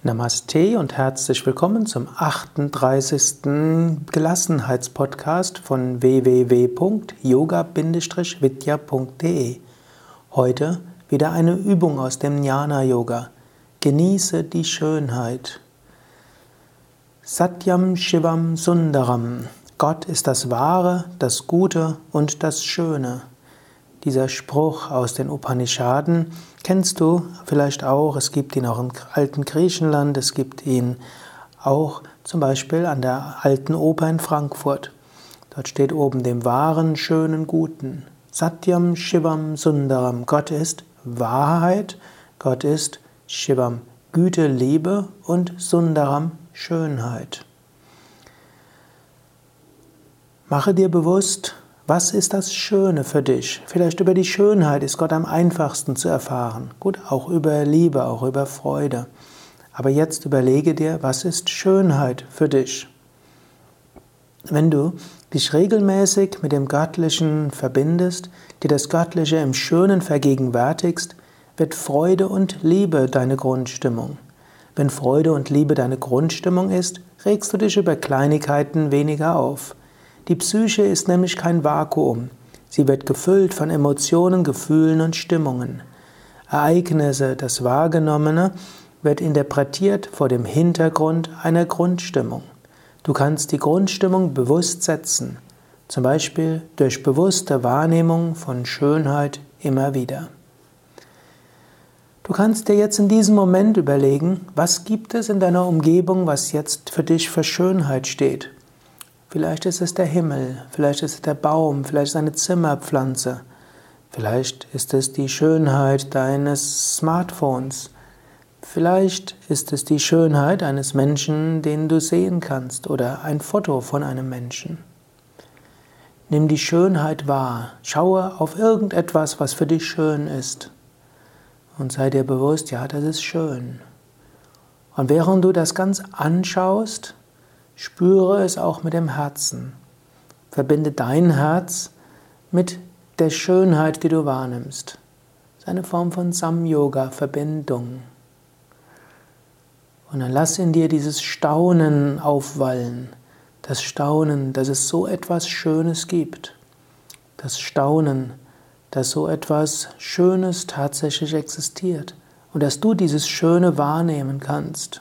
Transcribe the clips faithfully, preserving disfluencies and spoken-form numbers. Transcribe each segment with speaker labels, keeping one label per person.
Speaker 1: Namaste und herzlich willkommen zum achtunddreißigsten Gelassenheitspodcast von w w w punkt yoga Bindestrich vidya punkt de. Heute wieder eine Übung aus dem Jnana Yoga. Genieße die Schönheit. Satyam Shivam Sundaram. Gott ist das Wahre, das Gute und das Schöne. Dieser Spruch aus den Upanishaden kennst du vielleicht auch. Es gibt ihn auch im alten Griechenland. Es gibt ihn auch zum Beispiel an der Alten Oper in Frankfurt. Dort steht oben dem Wahren, Schönen, Guten. Satyam Shivam Sundaram. Gott ist Wahrheit. Gott ist Shivam, Güte, Liebe und Sundaram, Schönheit. Mache dir bewusst, was ist das Schöne für dich? Vielleicht über die Schönheit ist Gott am einfachsten zu erfahren. Gut, auch über Liebe, auch über Freude. Aber jetzt überlege dir, was ist Schönheit für dich? Wenn du dich regelmäßig mit dem Göttlichen verbindest, dir das Göttliche im Schönen vergegenwärtigst, wird Freude und Liebe deine Grundstimmung. Wenn Freude und Liebe deine Grundstimmung ist, regst du dich über Kleinigkeiten weniger auf. Die Psyche ist nämlich kein Vakuum. Sie wird gefüllt von Emotionen, Gefühlen und Stimmungen. Ereignisse, das Wahrgenommene, wird interpretiert vor dem Hintergrund einer Grundstimmung. Du kannst die Grundstimmung bewusst setzen, zum Beispiel durch bewusste Wahrnehmung von Schönheit immer wieder. Du kannst dir jetzt in diesem Moment überlegen, was gibt es in deiner Umgebung, was jetzt für dich für Schönheit steht. Vielleicht ist es der Himmel, vielleicht ist es der Baum, vielleicht ist es eine Zimmerpflanze, vielleicht ist es die Schönheit deines Smartphones, vielleicht ist es die Schönheit eines Menschen, den du sehen kannst, oder ein Foto von einem Menschen. Nimm die Schönheit wahr, schaue auf irgendetwas, was für dich schön ist und sei dir bewusst, ja, das ist schön. Und während du das ganz anschaust, spüre es auch mit dem Herzen. Verbinde dein Herz mit der Schönheit, die du wahrnimmst. Das ist eine Form von Samyoga, Verbindung. Und dann lass in dir dieses Staunen aufwallen. Das Staunen, dass es so etwas Schönes gibt. Das Staunen, dass so etwas Schönes tatsächlich existiert. Und dass du dieses Schöne wahrnehmen kannst.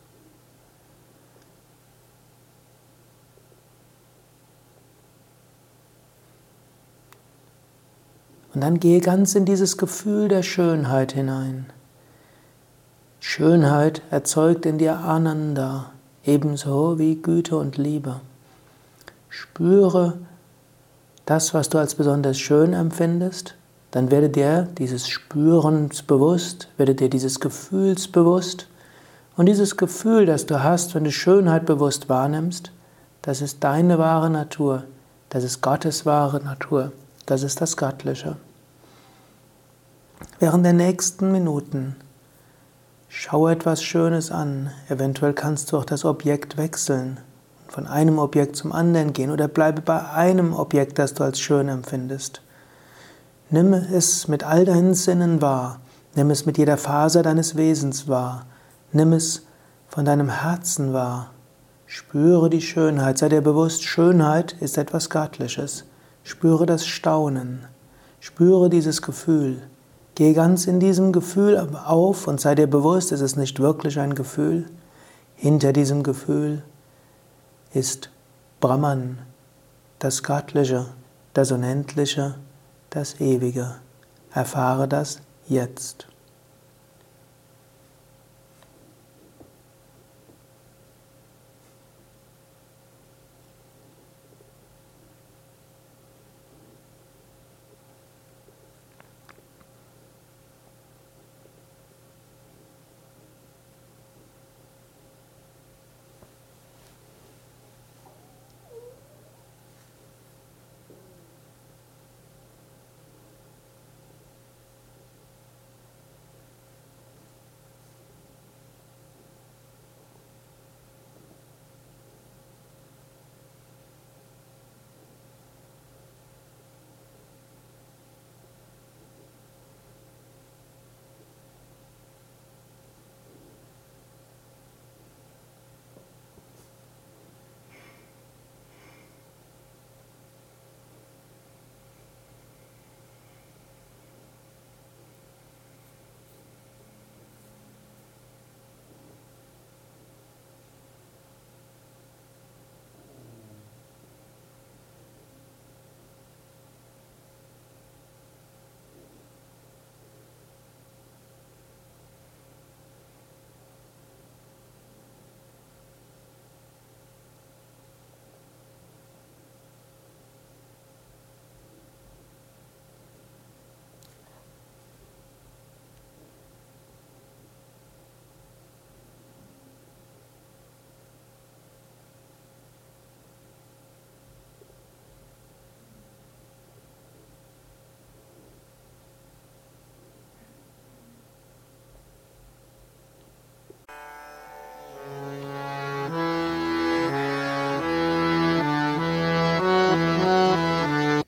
Speaker 1: Und dann gehe ganz in dieses Gefühl der Schönheit hinein. Schönheit erzeugt in dir Ananda, ebenso wie Güte und Liebe. Spüre das, was du als besonders schön empfindest, dann werde dir dieses Spürens bewusst, werde dir dieses Gefühls bewusst. Und dieses Gefühl, das du hast, wenn du Schönheit bewusst wahrnimmst, das ist deine wahre Natur, das ist Gottes wahre Natur. Das ist das Göttliche. Während der nächsten Minuten schaue etwas Schönes an. Eventuell kannst du auch das Objekt wechseln, von einem Objekt zum anderen gehen oder bleibe bei einem Objekt, das du als schön empfindest. Nimm es mit all deinen Sinnen wahr. Nimm es mit jeder Faser deines Wesens wahr. Nimm es von deinem Herzen wahr. Spüre die Schönheit. Sei dir bewusst, Schönheit ist etwas Göttliches. Spüre das Staunen, spüre dieses Gefühl. Geh ganz in diesem Gefühl auf und sei dir bewusst, es ist nicht wirklich ein Gefühl. Hinter diesem Gefühl ist Brahman, das Göttliche, das Unendliche, das Ewige. Erfahre das jetzt.